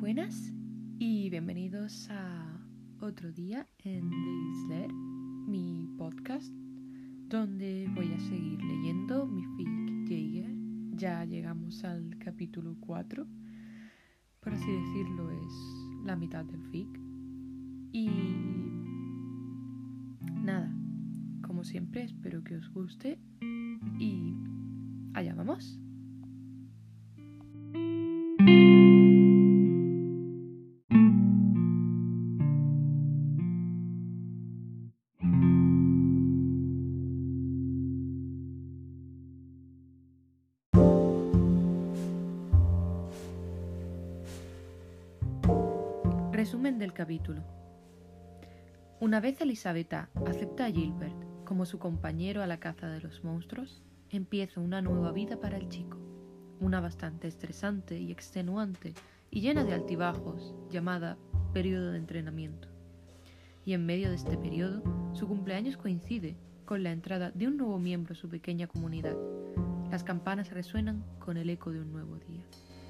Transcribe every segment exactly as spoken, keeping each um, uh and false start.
Buenas y bienvenidos a otro día en Days Leer, mi podcast, donde voy a seguir leyendo mi fic Jaeger. Ya llegamos al capítulo cuatro, por así decirlo, es la mitad del fic. Y nada, como siempre, espero que os guste y allá vamos. Resumen del capítulo. Una vez Elisabetta acepta a Gilbert como su compañero a la caza de los monstruos, empieza una nueva vida para el chico, una bastante estresante y extenuante y llena de altibajos, llamada periodo de entrenamiento. Y en medio de este periodo, su cumpleaños coincide con la entrada de un nuevo miembro a su pequeña comunidad. Las campanas resuenan con el eco de un nuevo día.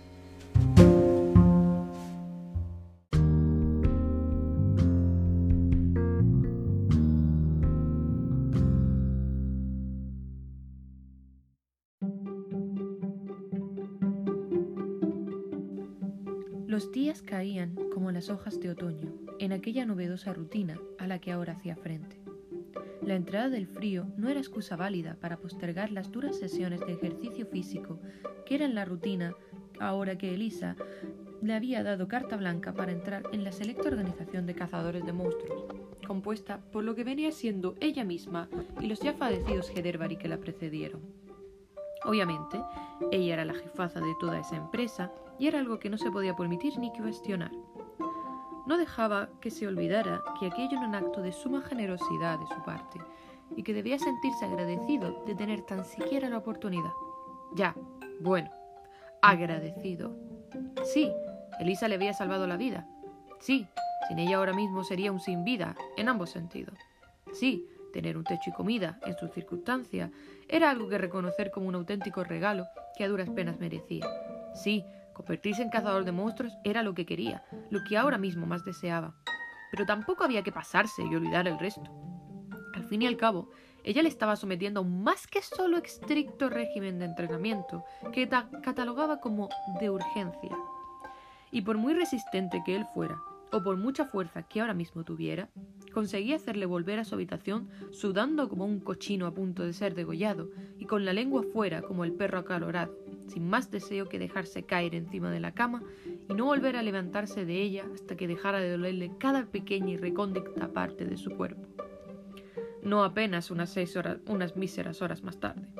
Los días caían como las hojas de otoño en aquella novedosa rutina a la que ahora hacía frente. La entrada del frío no era excusa válida para postergar las duras sesiones de ejercicio físico que eran la rutina ahora que Elisa le había dado carta blanca para entrar en la selecta organización de cazadores de monstruos, compuesta por lo que venía siendo ella misma y los ya fallecidos Hederbari que la precedieron. Obviamente, ella era la jefaza de toda esa empresa y era algo que no se podía permitir ni cuestionar. No dejaba que se olvidara que aquello era un acto de suma generosidad de su parte y que debía sentirse agradecido de tener tan siquiera la oportunidad. Ya, bueno, agradecido. Sí, Elisa le había salvado la vida. Sí, sin ella ahora mismo sería un sin vida, en ambos sentidos. Sí, tener un techo y comida, en sus circunstancias, era algo que reconocer como un auténtico regalo que a duras penas merecía. Sí, convertirse en cazador de monstruos era lo que quería, lo que ahora mismo más deseaba. Pero tampoco había que pasarse y olvidar el resto. Al fin y al cabo, ella le estaba sometiendo a un más que solo estricto régimen de entrenamiento que ta- catalogaba como de urgencia. Y por muy resistente que él fuera, o por mucha fuerza que ahora mismo tuviera, conseguía hacerle volver a su habitación sudando como un cochino a punto de ser degollado y con la lengua fuera como el perro acalorado, sin más deseo que dejarse caer encima de la cama y no volver a levantarse de ella hasta que dejara de dolerle cada pequeña y recóndita parte de su cuerpo. No apenas unas seis horas, unas míseras horas más tarde.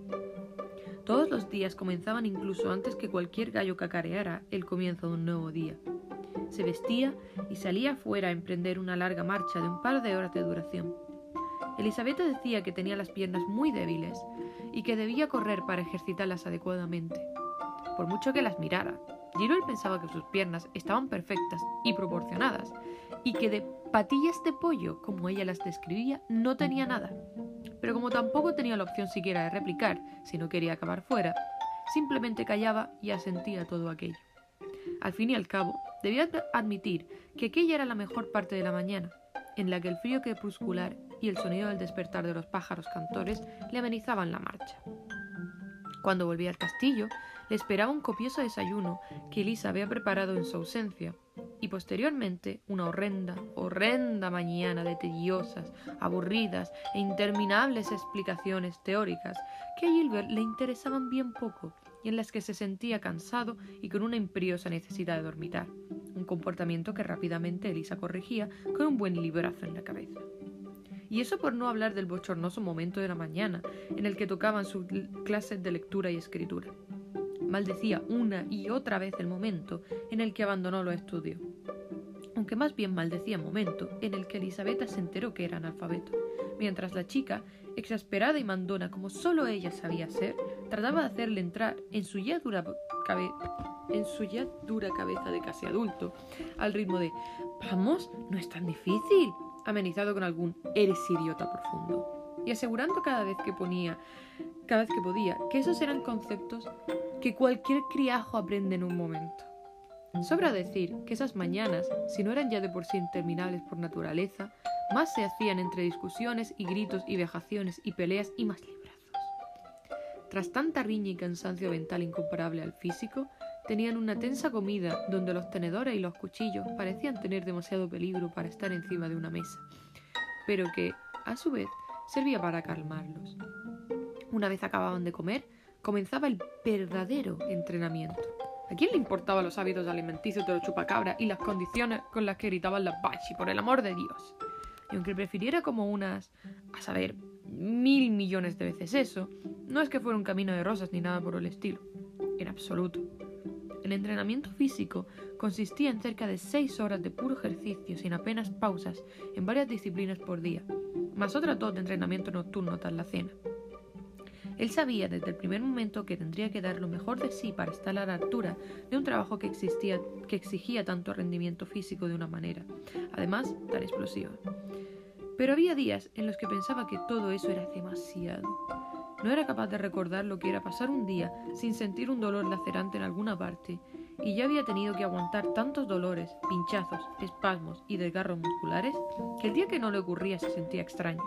Todos los días comenzaban incluso antes que cualquier gallo cacareara el comienzo de un nuevo día. Se vestía y salía afuera a emprender una larga marcha de un par de horas de duración. Elisabetta decía que tenía las piernas muy débiles y que debía correr para ejercitarlas adecuadamente. Por mucho que las mirara, Gilbert pensaba que sus piernas estaban perfectas y proporcionadas y que de patillas de pollo, como ella las describía, no tenía nada. Pero como tampoco tenía la opción siquiera de replicar si no quería acabar fuera, simplemente callaba y asentía todo aquello. Al fin y al cabo, debía admitir que aquella era la mejor parte de la mañana, en la que el frío crepuscular y el sonido del despertar de los pájaros cantores le amenizaban la marcha. Cuando volvía al castillo, le esperaba un copioso desayuno que Elisa había preparado en su ausencia, y posteriormente una horrenda, horrenda mañana de tediosas, aburridas e interminables explicaciones teóricas que a Gilbert le interesaban bien poco y en las que se sentía cansado y con una imperiosa necesidad de dormitar, un comportamiento que rápidamente Elisa corregía con un buen librazo en la cabeza. Y eso por no hablar del bochornoso momento de la mañana en el que tocaban sus clases de lectura y escritura. Maldecía una y otra vez el momento en el que abandonó los estudios, aunque más bien maldecía el momento en el que Elisabetta se enteró que era analfabeto, mientras la chica, exasperada y mandona como solo ella sabía ser, trataba de hacerle entrar en su ya dura, cabe- en su ya dura cabeza de casi adulto, al ritmo de «Vamos, no es tan difícil», amenizado con algún «eres idiota profundo», y asegurando cada vez que ponía, cada vez que podía, que esos eran conceptos que cualquier criajo aprende en un momento. Sobra decir que esas mañanas, si no eran ya de por sí interminables por naturaleza, más se hacían entre discusiones y gritos y vejaciones y peleas y más librazos. Tras tanta riña y cansancio mental incomparable al físico, tenían una tensa comida donde los tenedores y los cuchillos parecían tener demasiado peligro para estar encima de una mesa, pero que, a su vez, servía para calmarlos. Una vez acababan de comer, comenzaba el verdadero entrenamiento. ¿A quién le importaban los hábitos alimenticios de los chupacabras y las condiciones con las que gritaban las Banshee, por el amor de Dios? Y aunque prefiriera como unas, a saber, mil millones de veces eso, no es que fuera un camino de rosas ni nada por el estilo, en absoluto. El entrenamiento físico consistía en cerca de seis horas de puro ejercicio sin apenas pausas en varias disciplinas por día, más otra dos de entrenamiento nocturno tras la cena. Él sabía desde el primer momento que tendría que dar lo mejor de sí para estar a la altura de un trabajo que, existía, que exigía tanto rendimiento físico de una manera, además tan explosiva. Pero había días en los que pensaba que todo eso era demasiado. No era capaz de recordar lo que era pasar un día sin sentir un dolor lacerante en alguna parte, y ya había tenido que aguantar tantos dolores, pinchazos, espasmos y desgarros musculares que el día que no le ocurría se sentía extraño.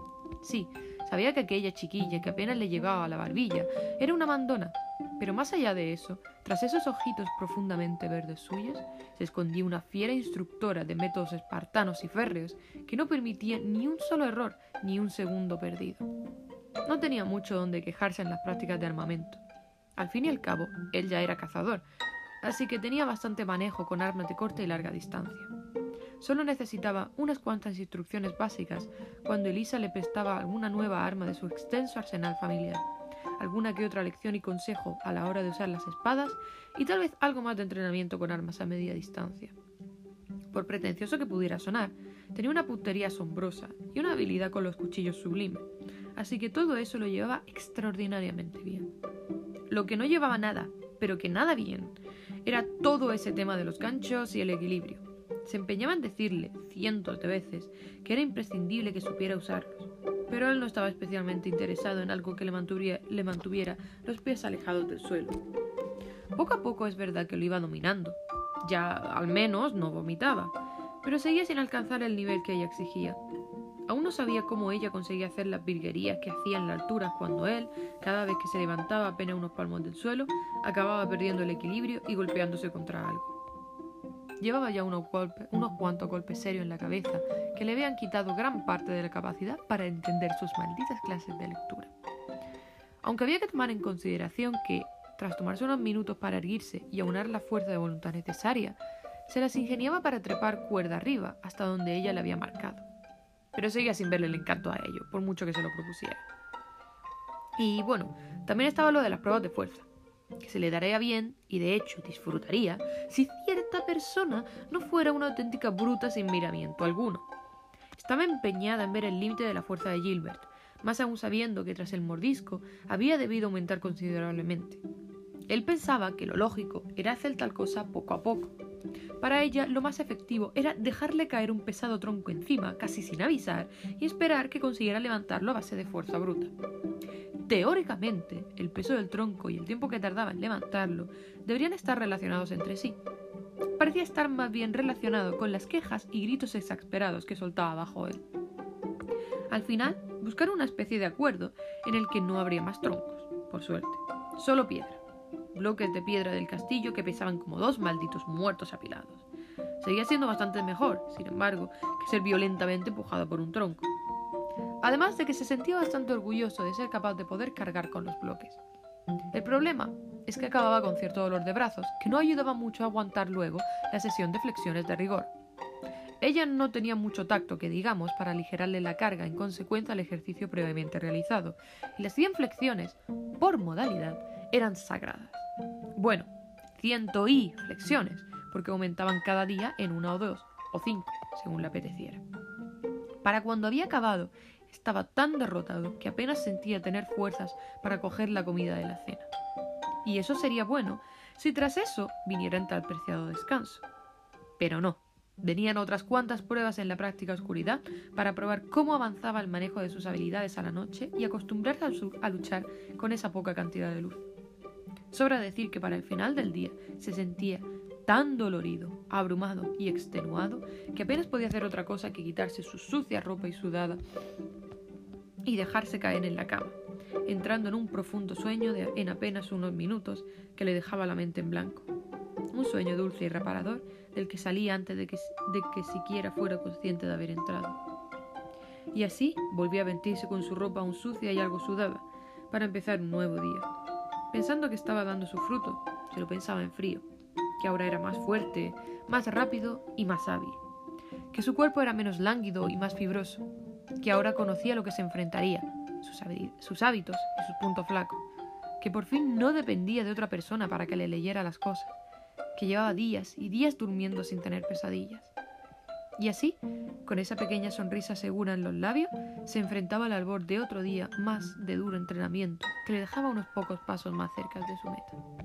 Sí, sabía que aquella chiquilla que apenas le llegaba a la barbilla era una mandona, pero más allá de eso, tras esos ojitos profundamente verdes suyos, se escondía una fiera instructora de métodos espartanos y férreos que no permitía ni un solo error ni un segundo perdido. No tenía mucho donde quejarse en las prácticas de armamento. Al fin y al cabo, él ya era cazador, así que tenía bastante manejo con armas de corta y larga distancia. Solo necesitaba unas cuantas instrucciones básicas cuando Elisa le prestaba alguna nueva arma de su extenso arsenal familiar, alguna que otra lección y consejo a la hora de usar las espadas y tal vez algo más de entrenamiento con armas a media distancia. Por pretencioso que pudiera sonar, tenía una puntería asombrosa y una habilidad con los cuchillos sublime, así que todo eso lo llevaba extraordinariamente bien. Lo que no llevaba nada, pero que nada bien, era todo ese tema de los ganchos y el equilibrio. Se empeñaba en decirle, cientos de veces, que era imprescindible que supiera usarlos, pero él no estaba especialmente interesado en algo que le mantuviera, le mantuviera los pies alejados del suelo. Poco a poco es verdad que lo iba dominando, ya al menos no vomitaba, pero seguía sin alcanzar el nivel que ella exigía. Aún no sabía cómo ella conseguía hacer las virguerías que hacía en la altura cuando él, cada vez que se levantaba apenas unos palmos del suelo, acababa perdiendo el equilibrio y golpeándose contra algo. Llevaba ya unos, golpes, unos cuantos golpes serios en la cabeza que le habían quitado gran parte de la capacidad para entender sus malditas clases de lectura. Aunque había que tomar en consideración que, tras tomarse unos minutos para erguirse y aunar la fuerza de voluntad necesaria, se las ingeniaba para trepar cuerda arriba hasta donde ella le había marcado. Pero seguía sin verle el encanto a ello, por mucho que se lo propusiera. Y bueno, también estaba lo de las pruebas de fuerza, que se le daría bien, y de hecho disfrutaría, si cierta persona no fuera una auténtica bruta sin miramiento alguno. Estaba empeñada en ver el límite de la fuerza de Gilbert, más aún sabiendo que tras el mordisco había debido aumentar considerablemente. Él pensaba que lo lógico era hacer tal cosa poco a poco. Para ella lo más efectivo era dejarle caer un pesado tronco encima, casi sin avisar, y esperar que consiguiera levantarlo a base de fuerza bruta. Teóricamente, el peso del tronco y el tiempo que tardaba en levantarlo deberían estar relacionados entre sí. Parecía estar más bien relacionado con las quejas y gritos exasperados que soltaba bajo él. Al final, buscaron una especie de acuerdo en el que no habría más troncos, por suerte, solo piedra. Bloques de piedra del castillo que pesaban como dos malditos muertos apilados. Seguía siendo bastante mejor, sin embargo, que ser violentamente empujado por un tronco. Además de que se sentía bastante orgulloso de ser capaz de poder cargar con los bloques. El problema es que acababa con cierto dolor de brazos, que no ayudaba mucho a aguantar luego la sesión de flexiones de rigor. Ella no tenía mucho tacto, que digamos, para aligerarle la carga en consecuencia al ejercicio previamente realizado, y las cien flexiones, por modalidad, eran sagradas. Bueno, ciento y flexiones, porque aumentaban cada día en una o dos, o cinco, según le apeteciera. Para cuando había acabado, estaba tan derrotado que apenas sentía tener fuerzas para coger la comida de la cena. Y eso sería bueno si tras eso viniera en tal preciado descanso. Pero no, venían otras cuantas pruebas en la práctica oscuridad para probar cómo avanzaba el manejo de sus habilidades a la noche y acostumbrarse a luchar con esa poca cantidad de luz. Sobra decir que para el final del día se sentía tan dolorido, abrumado y extenuado que apenas podía hacer otra cosa que quitarse su sucia ropa y sudada y dejarse caer en la cama, entrando en un profundo sueño de, en apenas unos minutos que le dejaba la mente en blanco. Un sueño dulce y reparador del que salía antes de que, de que siquiera fuera consciente de haber entrado. Y así volvió a vestirse con su ropa aún sucia y algo sudada, para empezar un nuevo día, pensando que estaba dando su fruto. Se lo pensaba en frío, que ahora era más fuerte, más rápido y más hábil, que su cuerpo era menos lánguido y más fibroso, que ahora conocía lo que se enfrentaría, sus, sus hábitos y sus puntos flacos, que por fin no dependía de otra persona para que le leyera las cosas, que llevaba días y días durmiendo sin tener pesadillas. Y así, con esa pequeña sonrisa segura en los labios, se enfrentaba al albor de otro día más de duro entrenamiento que le dejaba unos pocos pasos más cerca de su meta.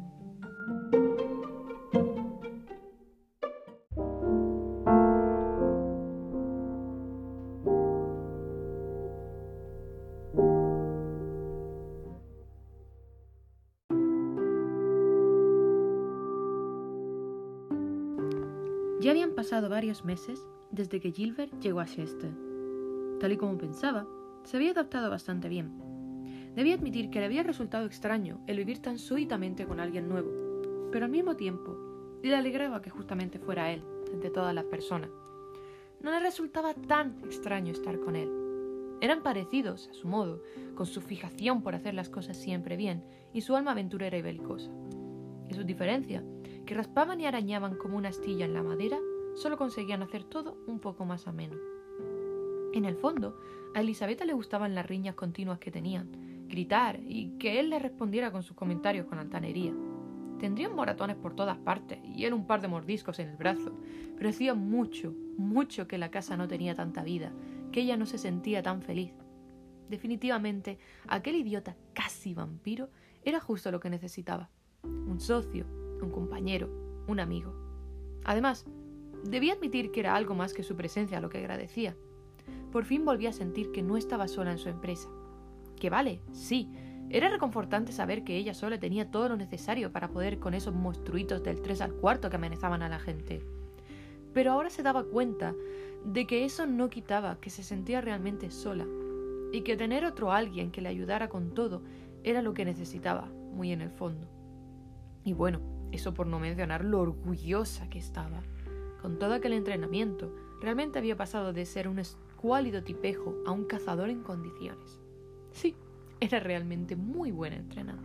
Ya habían pasado varios meses desde que Gilbert llegó a Chester. Tal y como pensaba, se había adaptado bastante bien. Debía admitir que le había resultado extraño el vivir tan súbitamente con alguien nuevo, pero al mismo tiempo le alegraba que justamente fuera él, entre todas las personas. No le resultaba tan extraño estar con él. Eran parecidos, a su modo, con su fijación por hacer las cosas siempre bien y su alma aventurera y belicosa. Y sus diferencias, que raspaban y arañaban como una astilla en la madera, solo conseguían hacer todo un poco más ameno. En el fondo, a Elisabetta le gustaban las riñas continuas que tenían, gritar y que él le respondiera con sus comentarios con altanería. Tendrían moratones por todas partes y él un par de mordiscos en el brazo, pero hacía mucho, mucho que la casa no tenía tanta vida, que ella no se sentía tan feliz. Definitivamente, aquel idiota casi vampiro era justo lo que necesitaba. Un socio, un compañero, un amigo. Además, debía admitir que era algo más que su presencia lo que agradecía. Por fin volvía a sentir que no estaba sola en su empresa. Que vale, sí, era reconfortante saber que ella sola tenía todo lo necesario para poder con esos monstruitos del tres al cuarto que amenazaban a la gente. Pero ahora se daba cuenta de que eso no quitaba que se sentía realmente sola y que tener otro alguien que le ayudara con todo era lo que necesitaba, muy en el fondo. Y bueno, eso por no mencionar lo orgullosa que estaba. Con todo aquel entrenamiento, realmente había pasado de ser un escuálido tipejo a un cazador en condiciones. Sí, era realmente muy buen entrenador.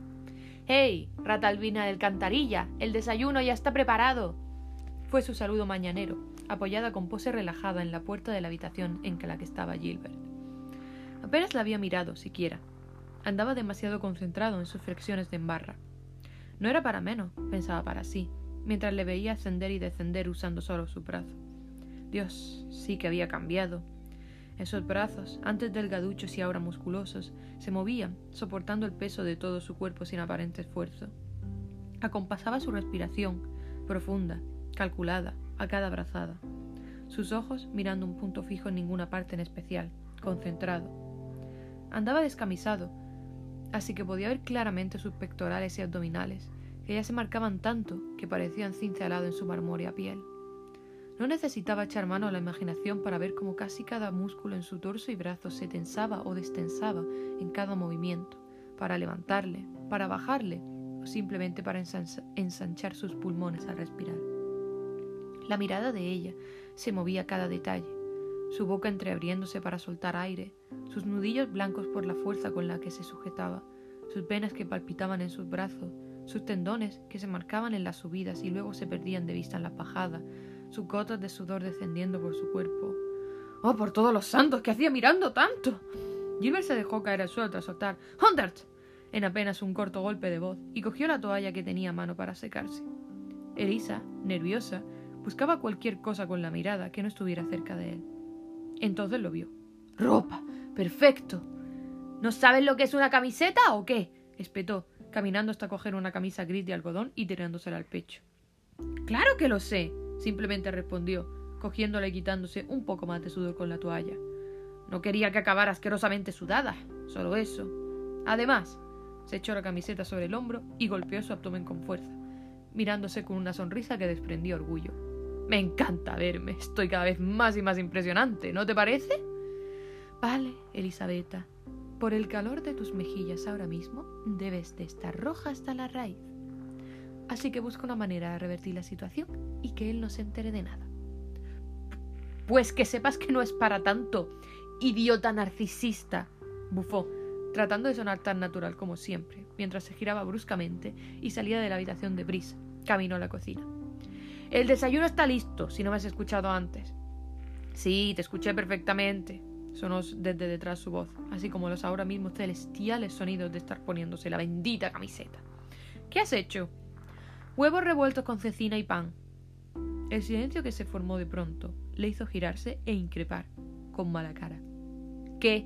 «¡Hey, rata albina del Cantarilla! ¡El desayuno ya está preparado!» Fue su saludo mañanero, apoyada con pose relajada en la puerta de la habitación en la que estaba Gilbert. Apenas la había mirado, siquiera. Andaba demasiado concentrado en sus flexiones de embarra. No era para menos, pensaba para sí, mientras le veía ascender y descender usando solo su brazo. Dios, sí que había cambiado. Esos brazos, antes delgaduchos y ahora musculosos, se movían, soportando el peso de todo su cuerpo sin aparente esfuerzo. Acompasaba su respiración, profunda, calculada, a cada brazada. Sus ojos mirando un punto fijo en ninguna parte en especial, concentrado. Andaba descamisado, así que podía ver claramente sus pectorales y abdominales, que ya se marcaban tanto que parecían cincelados en su marmórea piel. No necesitaba echar mano a la imaginación para ver cómo casi cada músculo en su torso y brazos se tensaba o destensaba en cada movimiento, para levantarle, para bajarle, o simplemente para ensanchar sus pulmones al respirar. La mirada de ella se movía a cada detalle, su boca entreabriéndose para soltar aire, sus nudillos blancos por la fuerza con la que se sujetaba, sus venas que palpitaban en sus brazos, sus tendones que se marcaban en las subidas y luego se perdían de vista en las bajadas, sus gotas de sudor descendiendo por su cuerpo. ¡Oh, por todos los santos! ¿Qué hacía mirando tanto? Gilbert se dejó caer al suelo tras soltar «Hundert» en apenas un corto golpe de voz y cogió la toalla que tenía a mano para secarse. Elisa, nerviosa, buscaba cualquier cosa con la mirada que no estuviera cerca de él. Entonces lo vio. «¡Ropa! ¡Perfecto! ¿No sabes lo que es una camiseta o qué?», espetó, caminando hasta coger una camisa gris de algodón y tirándosela al pecho. «¡Claro que lo sé!», simplemente respondió, cogiéndola y quitándose un poco más de sudor con la toalla. «No quería que acabara asquerosamente sudada, solo eso. Además», se echó la camiseta sobre el hombro y golpeó su abdomen con fuerza. mirándose con una sonrisa que desprendía orgullo. Me encanta verme, estoy cada vez más y más impresionante, ¿no te parece? Vale, Elisabetta, por el calor de tus mejillas ahora mismo, debes de estar roja hasta la raíz. Así que busca una manera de revertir la situación y que él no se entere de nada. Pues que sepas que no es para tanto, idiota narcisista, bufó, tratando de sonar tan natural como siempre, mientras se giraba bruscamente y salía de la habitación de prisa, camino a la cocina. El desayuno está listo, si no me has escuchado antes. Sí, te escuché perfectamente, sonó desde detrás su voz, así como los ahora mismo celestiales sonidos de estar poniéndose la bendita camiseta. ¿Qué has hecho? Huevos revueltos con cecina y pan. El silencio que se formó de pronto le hizo girarse e increpar, con mala cara. ¿Qué?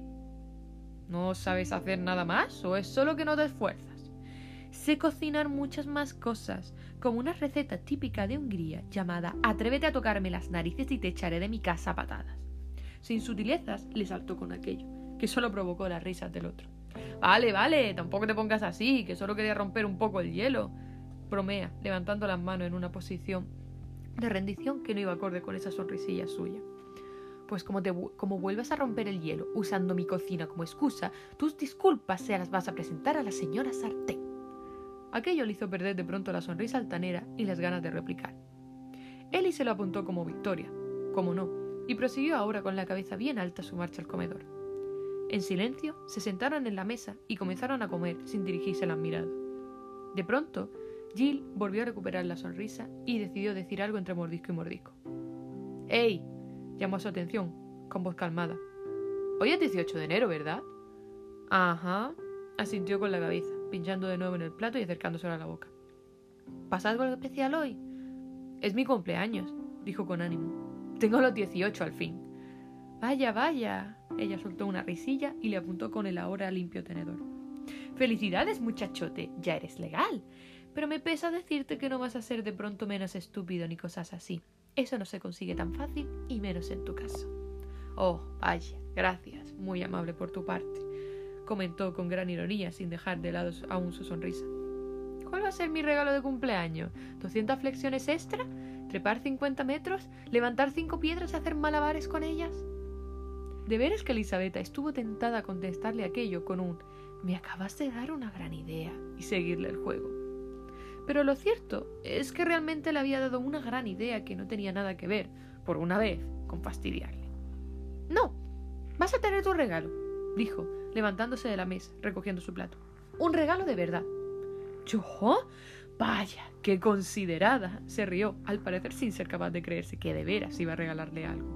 ¿No sabes hacer nada más o es solo que no te esfuerzas? Sé cocinar muchas más cosas, como una receta típica de Hungría llamada Atrévete a tocarme las narices y te echaré de mi casa a patadas. Sin sutilezas le saltó con aquello, que solo provocó las risas del otro. Vale, vale, tampoco te pongas así, que solo quería romper un poco el hielo, bromea, levantando las manos en una posición de rendición que no iba acorde con esa sonrisilla suya. Pues como, te, como vuelvas a romper el hielo usando mi cocina como excusa, tus disculpas se las vas a presentar a la señora Sartén. Aquello le hizo perder de pronto la sonrisa altanera y las ganas de replicar. Eli se lo apuntó como victoria, como no, y prosiguió ahora con la cabeza bien alta su marcha al comedor. En silencio se sentaron en la mesa y comenzaron a comer sin dirigirse las miradas. De pronto, Jill volvió a recuperar la sonrisa y decidió decir algo entre mordisco y mordisco. ¡Ey! Llamó su atención, con voz calmada. Hoy es dieciocho de enero, ¿verdad? Ajá, asintió con la cabeza, pinchando de nuevo en el plato y acercándoselo a la boca. ¿Pasa algo especial hoy? Es mi cumpleaños, dijo con ánimo. Tengo los dieciocho al fin. Vaya, vaya. Ella soltó una risilla y le apuntó con el ahora limpio tenedor. Felicidades, muchachote, ya eres legal. Pero me pesa decirte que no vas a ser de pronto menos estúpido ni cosas así. Eso no se consigue tan fácil y menos en tu caso. Oh, vaya, gracias, muy amable por tu parte, comentó con gran ironía sin dejar de lado aún su sonrisa. ¿Cuál va a ser mi regalo de cumpleaños? ¿doscientas flexiones extra? ¿Trepar cincuenta metros? ¿Levantar cinco piedras y hacer malabares con ellas? De veras que Elisabetta estuvo tentada a contestarle aquello con un «me acabas de dar una gran idea» y seguirle el juego. Pero lo cierto es que realmente le había dado una gran idea que no tenía nada que ver, por una vez, con fastidiarle. «No, vas a tener tu regalo», dijo, levantándose de la mesa, recogiendo su plato. «Un regalo de verdad». «¿Yo? Vaya, qué considerada», se rió, al parecer sin ser capaz de creerse que de veras iba a regalarle algo.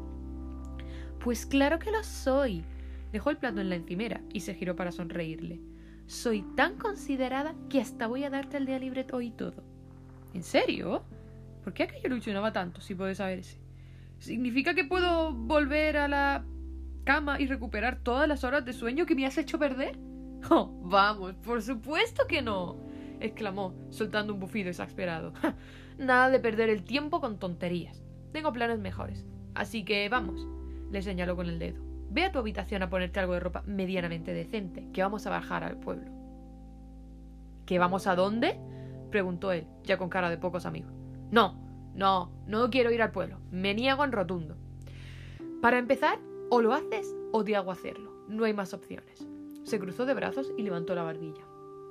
«Pues claro que lo soy». Dejó el plato en la encimera y se giró para sonreírle. «Soy tan considerada que hasta voy a darte el día libre hoy y todo». ¿En serio? ¿Por qué aquello ilusionaba tanto, si puede saberse? ¿Significa que puedo volver a la cama y recuperar todas las horas de sueño que me has hecho perder? «Oh, vamos, por supuesto que no», exclamó, soltando un bufido exasperado. «Nada de perder el tiempo con tonterías. Tengo planes mejores. Así que vamos», le señaló con el dedo. «Ve a tu habitación a ponerte algo de ropa medianamente decente, que vamos a bajar al pueblo». ¿Que vamos a dónde?, preguntó él, ya con cara de pocos amigos. No, no, no quiero ir al pueblo. Me niego en rotundo. Para empezar, o lo haces o te hago hacerlo. No hay más opciones. Se cruzó de brazos y levantó la barbilla.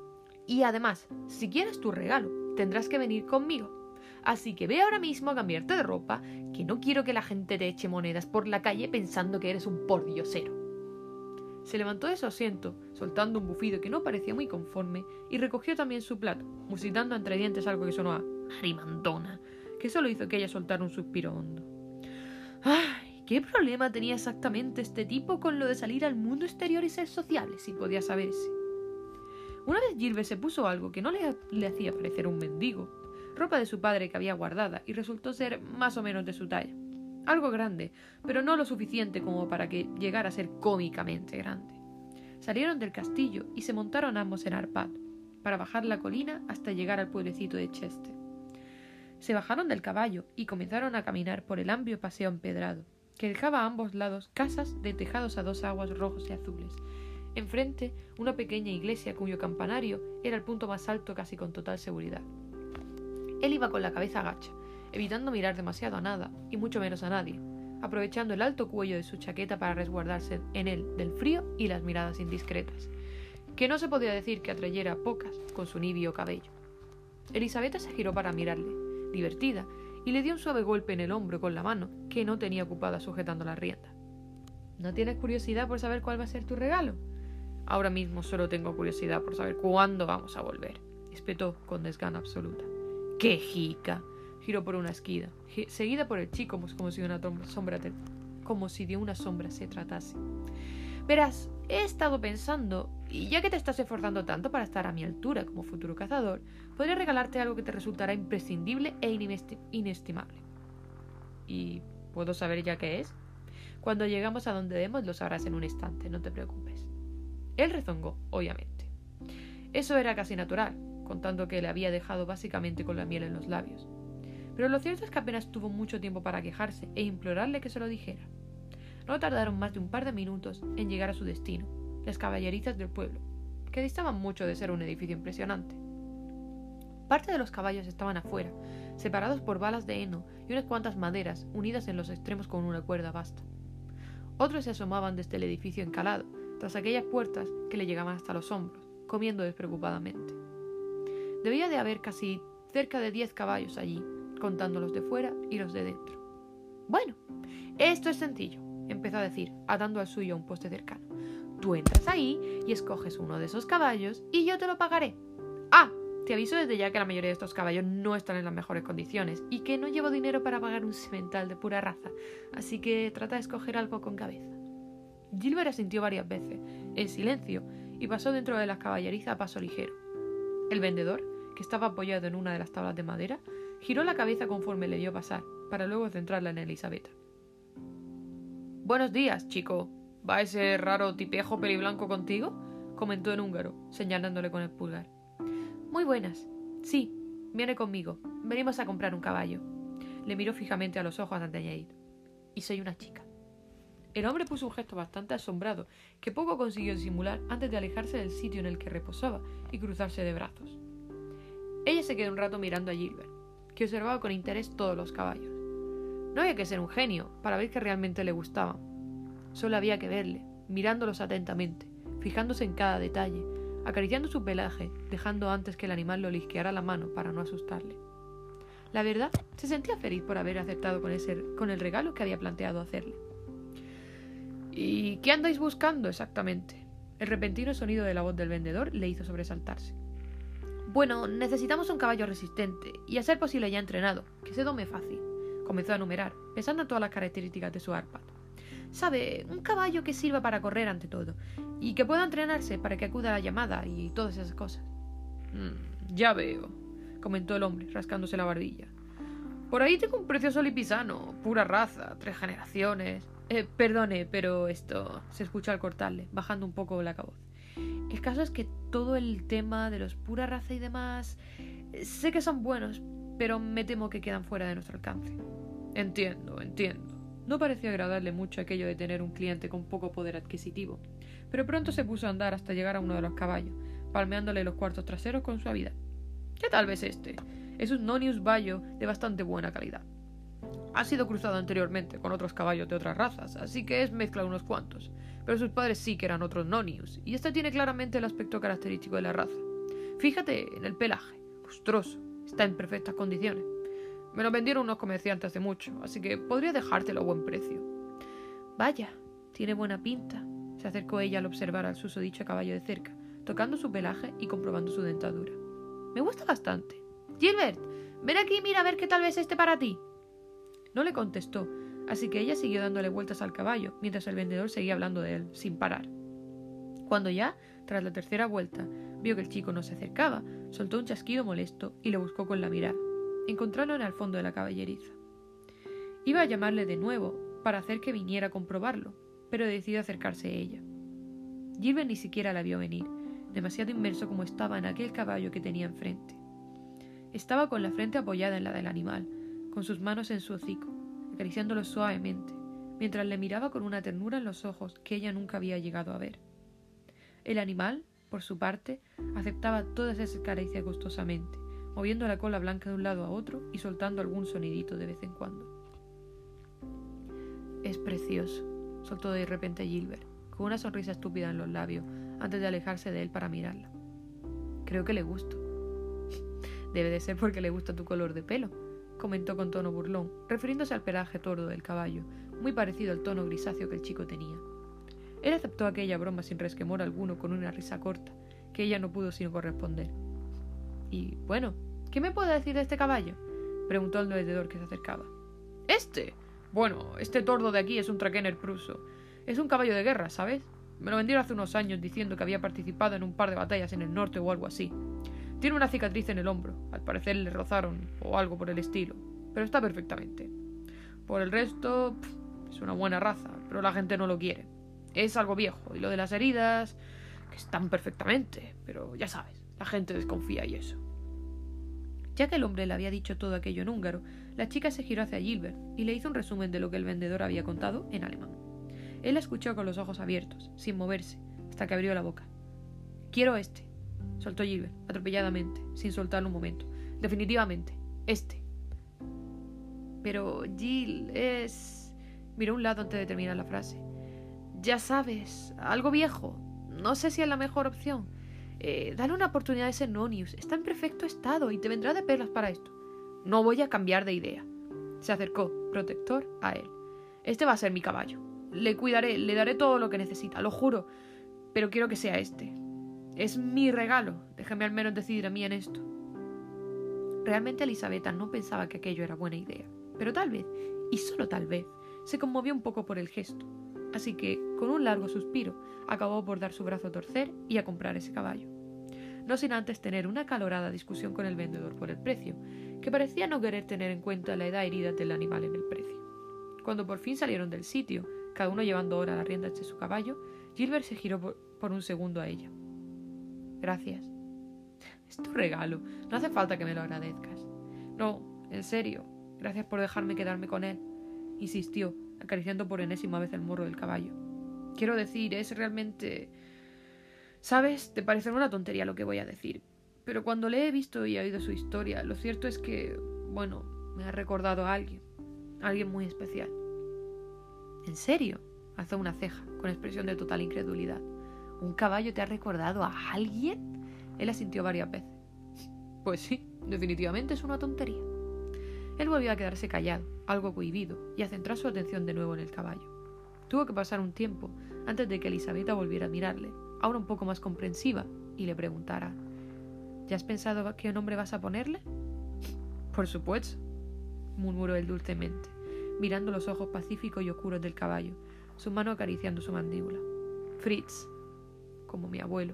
Y además, si quieres tu regalo, tendrás que venir conmigo. Así que ve ahora mismo a cambiarte de ropa, que no quiero que la gente te eche monedas por la calle pensando que eres un pordiosero. Se levantó de su asiento, soltando un bufido que no parecía muy conforme, y recogió también su plato, musitando entre dientes algo que sonó a «marimandona», que solo hizo que ella soltara un suspiro hondo. ¡Ay! ¿Qué problema tenía exactamente este tipo con lo de salir al mundo exterior y ser sociable, si podía saberse? Una vez Gilbert se puso algo que no le, le hacía parecer un mendigo, ropa de su padre que había guardada y resultó ser más o menos de su talla. Algo grande, pero no lo suficiente como para que llegara a ser cómicamente grande. Salieron del castillo y se montaron ambos en Arpad, para bajar la colina hasta llegar al pueblecito de Cheste. Se bajaron del caballo y comenzaron a caminar por el amplio paseo empedrado, que dejaba a ambos lados casas de tejados a dos aguas rojos y azules. Enfrente, una pequeña iglesia cuyo campanario era el punto más alto casi con total seguridad. Él iba con la cabeza gacha, evitando mirar demasiado a nada, y mucho menos a nadie, aprovechando el alto cuello de su chaqueta para resguardarse en él del frío y las miradas indiscretas, que no se podía decir que atrayera pocas con su nibio cabello. Elisabetta se giró para mirarle, divertida, y le dio un suave golpe en el hombro con la mano que no tenía ocupada sujetando la rienda. ¿No tienes curiosidad por saber cuál va a ser tu regalo? Ahora mismo solo tengo curiosidad por saber cuándo vamos a volver, espetó con desgana absoluta. ¡Qué jica! Giró por una esquina, seguida por el chico como si de una sombra, como si de una sombra se tratase. Verás, he estado pensando, y ya que te estás esforzando tanto para estar a mi altura como futuro cazador, podría regalarte algo que te resultará imprescindible e inestimable. ¿Y puedo saber ya qué es? Cuando llegamos a donde debemos lo sabrás en un instante, no te preocupes. Él rezongó, obviamente. Eso era casi natural, contando que le había dejado básicamente con la miel en los labios. Pero lo cierto es que apenas tuvo mucho tiempo para quejarse e implorarle que se lo dijera. No tardaron más de un par de minutos en llegar a su destino, las caballerizas del pueblo, que distaban mucho de ser un edificio impresionante. Parte de los caballos estaban afuera, separados por balas de heno y unas cuantas maderas unidas en los extremos con una cuerda basta. Otros se asomaban desde el edificio encalado, tras aquellas puertas que le llegaban hasta los hombros, comiendo despreocupadamente. Debía de haber casi cerca de diez caballos allí, contando los de fuera y los de dentro. Bueno, esto es sencillo, empezó a decir, atando al suyo a un poste cercano. Tú entras ahí y escoges uno de esos caballos y yo te lo pagaré. Ah, te aviso desde ya que la mayoría de estos caballos no están en las mejores condiciones y que no llevo dinero para pagar un semental de pura raza, así que trata de escoger algo con cabeza. Gilbert asintió varias veces, en silencio, y pasó dentro de las caballerizas a paso ligero. El vendedor, que estaba apoyado en una de las tablas de madera, giró la cabeza conforme le vio pasar, para luego centrarla en Elisabetta. «Buenos días, chico. ¿Va ese raro tipejo peliblanco contigo?», comentó en húngaro, señalándole con el pulgar. «Muy buenas. Sí, viene conmigo. Venimos a comprar un caballo». Le miró fijamente a los ojos antes de añadir. «Y soy una chica». El hombre puso un gesto bastante asombrado, que poco consiguió disimular antes de alejarse del sitio en el que reposaba y cruzarse de brazos. Ella se quedó un rato mirando a Gilbert, que observaba con interés todos los caballos. No había que ser un genio para ver que realmente le gustaban. Solo había que verle, mirándolos atentamente, fijándose en cada detalle, acariciando su pelaje, dejando antes que el animal lo lisqueara la mano para no asustarle. La verdad, se sentía feliz por haber acertado con, ese, con el regalo que había planteado hacerle. ¿Y qué andáis buscando exactamente? El repentino sonido de la voz del vendedor le hizo sobresaltarse. Bueno, necesitamos un caballo resistente y a ser posible ya entrenado, que se dome fácil. Comenzó a enumerar, pensando en todas las características de su Arpad. Sabe, un caballo que sirva para correr ante todo, y que pueda entrenarse para que acuda a la llamada y todas esas cosas. Mm, ya veo, comentó el hombre, rascándose la barbilla. Por ahí tengo un precioso lipisano, pura raza, tres generaciones. Eh, perdone, pero esto se escuchó al cortarle, bajando un poco la voz. El caso es que todo el tema de los pura raza y demás, sé que son buenos, pero me temo que quedan fuera de nuestro alcance. Entiendo, entiendo. No pareció agradarle mucho aquello de tener un cliente con poco poder adquisitivo, pero pronto se puso a andar hasta llegar a uno de los caballos, palmeándole los cuartos traseros con suavidad. ¿Qué tal ves este? Es un Nonius Bayo de bastante buena calidad. Ha sido cruzado anteriormente con otros caballos de otras razas, así que es mezcla de unos cuantos, pero sus padres sí que eran otros Nonius, y este tiene claramente el aspecto característico de la raza. Fíjate en el pelaje, lustroso, está en perfectas condiciones. Me lo vendieron unos comerciantes hace mucho, así que podría dejártelo a buen precio. Vaya, tiene buena pinta. Se acercó ella al observar al susodicho caballo de cerca, tocando su pelaje y comprobando su dentadura. Me gusta bastante. Gilbert, ven aquí y mira a ver qué tal ves este para ti. No le contestó, así que ella siguió dándole vueltas al caballo, mientras el vendedor seguía hablando de él, sin parar. Cuando ya, tras la tercera vuelta, vio que el chico no se acercaba, soltó un chasquido molesto y le buscó con la mirada. Encontraron en el fondo de la caballeriza. Iba a llamarle de nuevo, para hacer que viniera a comprobarlo, pero decidió acercarse a ella. Gilbert ni siquiera la vio venir, demasiado inmerso como estaba en aquel caballo que tenía enfrente. Estaba con la frente apoyada en la del animal, con sus manos en su hocico, acariciándolo suavemente, mientras le miraba con una ternura en los ojos que ella nunca había llegado a ver. El animal, por su parte, aceptaba todas esas caricias gustosamente, moviendo la cola blanca de un lado a otro y soltando algún sonidito de vez en cuando. «Es precioso», soltó de repente Gilbert, con una sonrisa estúpida en los labios, antes de alejarse de él para mirarla. «Creo que le gusto». «Debe de ser porque le gusta tu color de pelo», comentó con tono burlón, refiriéndose al pelaje tordo del caballo, muy parecido al tono grisáceo que el chico tenía. Él aceptó aquella broma sin resquemor alguno con una risa corta, que ella no pudo sino corresponder. «Y, bueno, ¿qué me puede decir de este caballo?», preguntó el vendedor que se acercaba. «¿Este? Bueno, este tordo de aquí es un Trakehner pruso. Es un caballo de guerra, ¿sabes? Me lo vendieron hace unos años diciendo que había participado en un par de batallas en el norte o algo así. Tiene una cicatriz en el hombro, al parecer le rozaron o algo por el estilo, pero está perfectamente. Por el resto, pff, es una buena raza, pero la gente no lo quiere. Es algo viejo, y lo de las heridas, que están perfectamente, pero ya sabes, la gente desconfía y eso». Ya que el hombre le había dicho todo aquello en húngaro, la chica se giró hacia Gilbert y le hizo un resumen de lo que el vendedor había contado en alemán. Él la escuchó con los ojos abiertos, sin moverse, hasta que abrió la boca. «Quiero este», soltó Gilbert, atropelladamente, sin soltarlo un momento. «Definitivamente, este». «Pero, Jill, es...» Miró a un lado antes de terminar la frase. «Ya sabes, algo viejo. No sé si es la mejor opción. Eh, dale una oportunidad a ese Nonius. Está en perfecto estado y te vendrá de perlas para esto». «No voy a cambiar de idea». Se acercó, protector, a él. «Este va a ser mi caballo. Le cuidaré, le daré todo lo que necesita, lo juro. Pero quiero que sea este. Es mi regalo. Déjame al menos decidir a mí en esto». Realmente Elisabetta no pensaba que aquello era buena idea, pero tal vez, y solo tal vez, se conmovió un poco por el gesto. Así que, con un largo suspiro, acabó por dar su brazo a torcer y a comprar ese caballo. No sin antes tener una acalorada discusión con el vendedor por el precio, que parecía no querer tener en cuenta la edad herida del animal en el precio. Cuando por fin salieron del sitio, cada uno llevando ahora las riendas de su caballo, Gilbert se giró por, por un segundo a ella. «Gracias. Es tu regalo. No hace falta que me lo agradezcas». «No, en serio. Gracias por dejarme quedarme con él», insistió, acariciando por enésima vez el morro del caballo. «Quiero decir, es realmente... Sabes, te parecerá una tontería lo que voy a decir, pero cuando le he visto y he oído su historia, lo cierto es que, bueno, me ha recordado a alguien, a alguien muy especial». «¿En serio?», alzó una ceja, con expresión de total incredulidad. «¿Un caballo te ha recordado a alguien?». Él asintió varias veces. «Pues sí, definitivamente es una tontería». Él volvió a quedarse callado, algo cohibido, y a centrar su atención de nuevo en el caballo. Tuvo que pasar un tiempo antes de que Elisabetta volviera a mirarle, ahora un poco más comprensiva, y le preguntara: «¿Ya has pensado qué nombre vas a ponerle?». «Por supuesto», murmuró él dulcemente, mirando los ojos pacíficos y oscuros del caballo, su mano acariciando su mandíbula. «Fritz, como mi abuelo».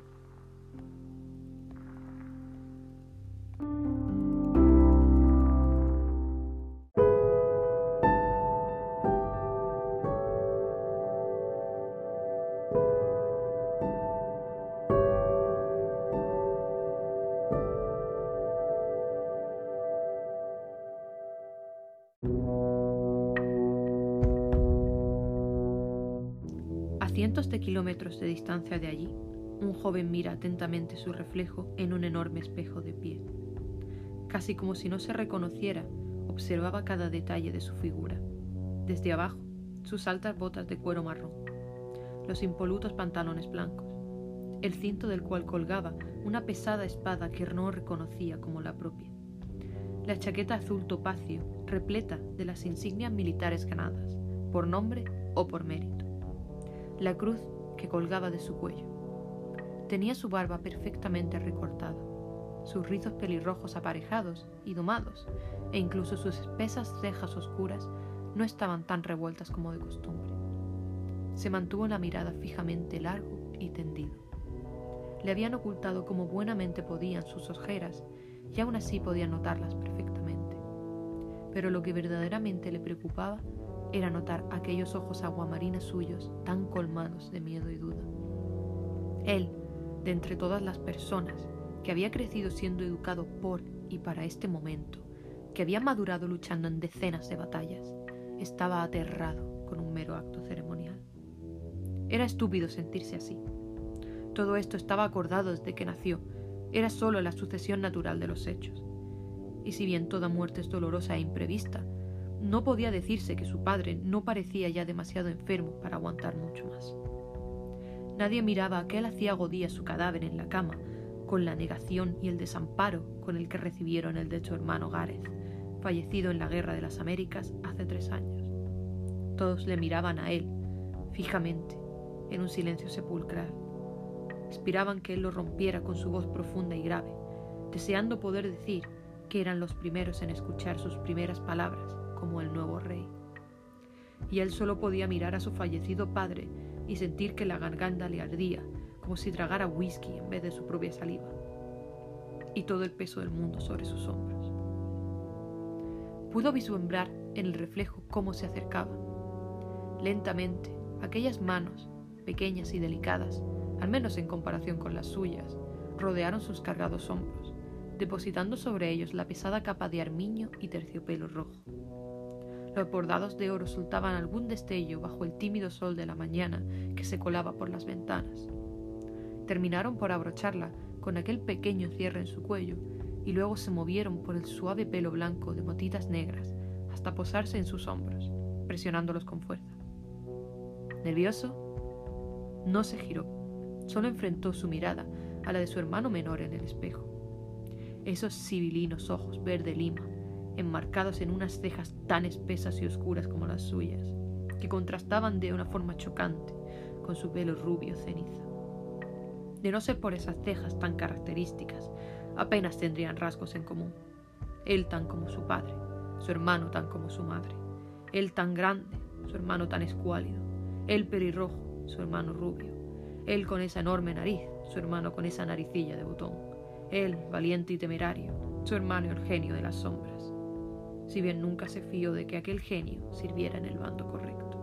A cientos de kilómetros de distancia de allí, un joven mira atentamente su reflejo en un enorme espejo de pie. Casi como si no se reconociera, observaba cada detalle de su figura. Desde abajo, sus altas botas de cuero marrón, los impolutos pantalones blancos, el cinto del cual colgaba una pesada espada que no reconocía como la propia, la chaqueta azul topacio repleta de las insignias militares ganadas, por nombre o por mérito, la cruz que colgaba de su cuello. Tenía su barba perfectamente recortada, sus rizos pelirrojos aparejados y domados, e incluso sus espesas cejas oscuras no estaban tan revueltas como de costumbre. Se mantuvo la mirada fijamente largo y tendido. Le habían ocultado como buenamente podían sus ojeras, y aún así podía notarlas perfectamente. Pero lo que verdaderamente le preocupaba era notar aquellos ojos aguamarinas suyos tan colmados de miedo y duda. Él, de entre todas las personas, que había crecido siendo educado por y para este momento, que había madurado luchando en decenas de batallas, estaba aterrado con un mero acto ceremonial. Era estúpido sentirse así. Todo esto estaba acordado desde que nació, era solo la sucesión natural de los hechos. y si bien toda muerte es dolorosa e imprevista, no podía decirse que su padre no parecía ya demasiado enfermo para aguantar mucho más. Nadie miraba aquel aciago día su cadáver en la cama, con la negación y el desamparo con el que recibieron el de su hermano Gareth, fallecido en la Guerra de las Américas hace tres años. Todos le miraban a él, fijamente, en un silencio sepulcral. Esperaban que él lo rompiera con su voz profunda y grave, deseando poder decir que eran los primeros en escuchar sus primeras palabras como el nuevo rey. Y él solo podía mirar a su fallecido padre y sentir que la garganta le ardía, como si tragara whisky en vez de su propia saliva, y todo el peso del mundo sobre sus hombros. Pudo vislumbrar en el reflejo cómo se acercaba. Lentamente, aquellas manos, pequeñas y delicadas, al menos en comparación con las suyas, rodearon sus cargados hombros, depositando sobre ellos la pesada capa de armiño y terciopelo rojo. Los bordados de oro soltaban algún destello bajo el tímido sol de la mañana que se colaba por las ventanas. Terminaron por abrocharla con aquel pequeño cierre en su cuello y luego se movieron por el suave pelo blanco de motitas negras hasta posarse en sus hombros, presionándolos con fuerza. ¿Nervioso? No se giró, solo enfrentó su mirada a la de su hermano menor en el espejo. Esos sibilinos ojos verde lima, enmarcados en unas cejas tan espesas y oscuras como las suyas, que contrastaban de una forma chocante con su pelo rubio ceniza. De no ser por esas cejas tan características, apenas tendrían rasgos en común. Él tan como su padre, su hermano tan como su madre. Él tan grande, su hermano tan escuálido. Él pelirrojo, su hermano rubio. Él con esa enorme nariz, su hermano con esa naricilla de botón. Él, valiente y temerario, su hermano el genio de las sombras. Si bien nunca se fió de que aquel genio sirviera en el bando correcto.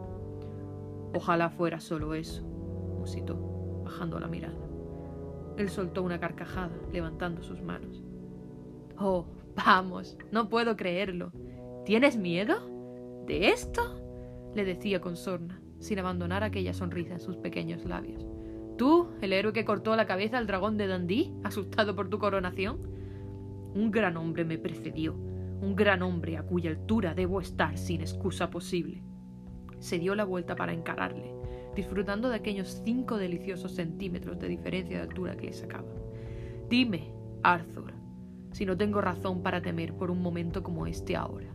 Ojalá fuera solo eso, musitó, bajando la mirada. Él soltó una carcajada, levantando sus manos. Oh, vamos, no puedo creerlo. ¿Tienes miedo? ¿De esto? Le decía con sorna, sin abandonar aquella sonrisa en sus pequeños labios. ¿Tú, el héroe que cortó la cabeza al dragón de Dundee, asustado por tu coronación? Un gran hombre me precedió, un gran hombre a cuya altura debo estar sin excusa posible. Se dio la vuelta para encararle, disfrutando de aquellos cinco deliciosos centímetros de diferencia de altura que le sacaba. Dime, Arthur, si no tengo razón para temer por un momento como este ahora.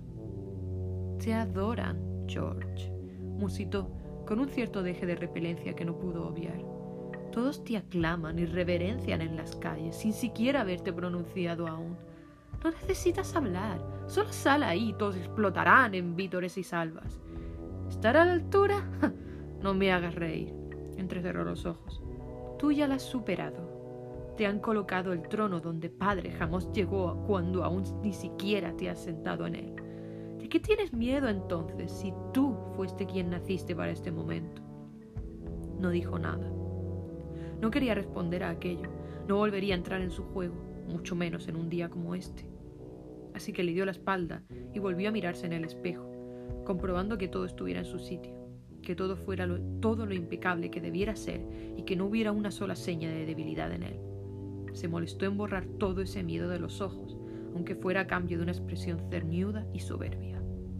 Te adoran, George, musitó, con un cierto deje de repelencia que no pudo obviar. Todos te aclaman y reverencian en las calles, sin siquiera haberte pronunciado aún. No necesitas hablar, solo sal ahí y todos explotarán en vítores y salvas. ¿Estar a la altura? No me hagas reír. Entrecerró los ojos. Tú ya la has superado. Te han colocado el trono donde padre jamás llegó cuando aún ni siquiera te has sentado en él. ¿De qué tienes miedo entonces si tú fuiste quien naciste para este momento? No dijo nada. No quería responder a aquello. No volvería a entrar en su juego, mucho menos en un día como este. Así que le dio la espalda y volvió a mirarse en el espejo, comprobando que todo estuviera en su sitio, que todo fuera lo, todo lo impecable que debiera ser y que no hubiera una sola seña de debilidad en él. Se molestó en borrar todo ese miedo de los ojos, aunque fuera a cambio de una expresión cerniuda y soberbia.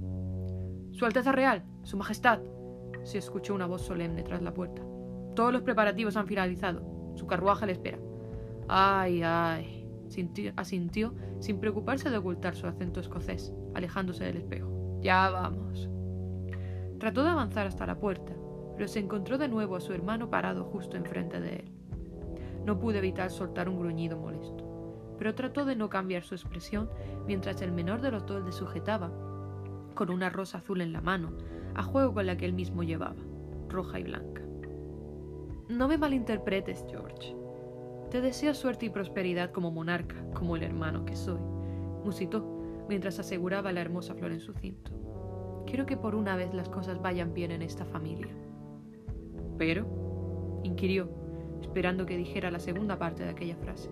«Su Alteza Real, Su Majestad», se escuchó una voz solemne tras la puerta. «Todos los preparativos han finalizado. Su carruaje le espera». «Ay, ay», sintió, asintió sin preocuparse de ocultar su acento escocés, alejándose del espejo. «Ya vamos». Trató de avanzar hasta la puerta, pero se encontró de nuevo a su hermano parado justo enfrente de él. No pudo evitar soltar un gruñido molesto, pero trató de no cambiar su expresión mientras el menor de los dos le sujetaba, con una rosa azul en la mano, a juego con la que él mismo llevaba, roja y blanca. «No me malinterpretes, George. Te deseo suerte y prosperidad como monarca, como el hermano que soy», musitó, mientras aseguraba la hermosa flor en su cinto. «Quiero que por una vez las cosas vayan bien en esta familia». «¿Pero?», inquirió, esperando que dijera la segunda parte de aquella frase.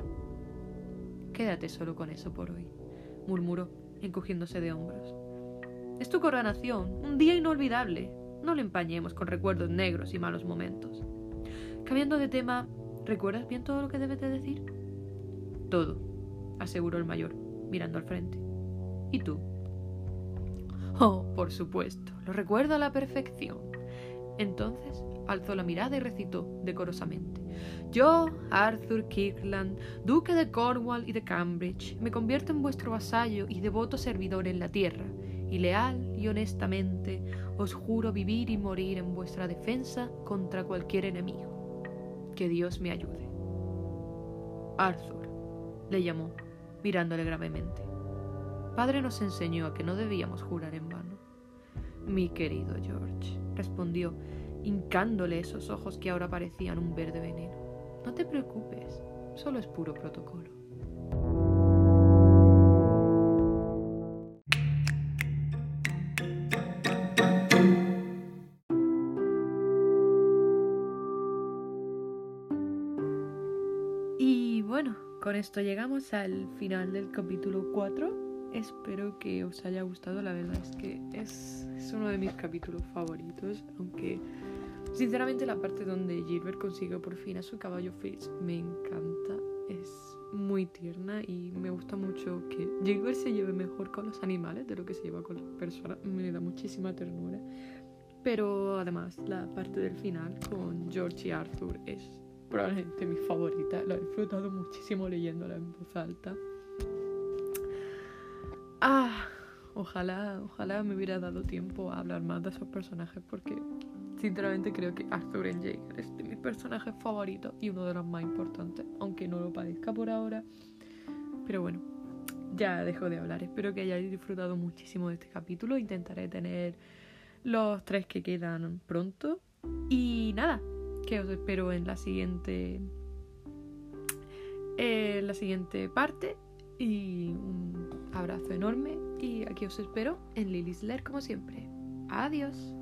«Quédate solo con eso por hoy», murmuró, encogiéndose de hombros. «Es tu coronación, un día inolvidable. No lo empañemos con recuerdos negros y malos momentos. Cambiando de tema, ¿recuerdas bien todo lo que debes de decir?» «Todo», aseguró el mayor, mirando al frente. ¿Y tú? Oh, por supuesto, lo recuerdo a la perfección. Entonces alzó la mirada y recitó decorosamente: Yo, Arthur Kirkland, duque de Cornwall y de Cambridge, me convierto en vuestro vasallo y devoto servidor en la tierra, y leal y honestamente os juro vivir y morir en vuestra defensa contra cualquier enemigo. Que Dios me ayude. Arthur, le llamó, mirándole gravemente. Padre nos enseñó a que no debíamos jurar en vano. Mi querido George, respondió, hincándole esos ojos que ahora parecían un verde veneno. No te preocupes, solo es puro protocolo. Y bueno, con esto llegamos al final del capítulo cuatro. Espero que os haya gustado, la verdad es que es, es uno de mis capítulos favoritos, aunque sinceramente la parte donde Gilbert consigue por fin a su caballo Fitz me encanta, es muy tierna y me gusta mucho que Gilbert se lleve mejor con los animales de lo que se lleva con las personas, me da muchísima ternura. Pero además la parte del final con George y Arthur es probablemente mi favorita, lo he disfrutado muchísimo leyéndola en voz alta. Ah, ojalá, ojalá me hubiera dado tiempo a hablar más de esos personajes porque sinceramente creo que Arthur en Jaeger es de mis personajes favoritos y uno de los más importantes, aunque no lo parezca por ahora. Pero bueno, ya dejo de hablar. Espero que hayáis disfrutado muchísimo de este capítulo. Intentaré tener los tres que quedan pronto. Y nada, que os espero en la siguiente, en la siguiente parte. Y un abrazo enorme y aquí os espero en Lily's Lair como siempre. Adiós.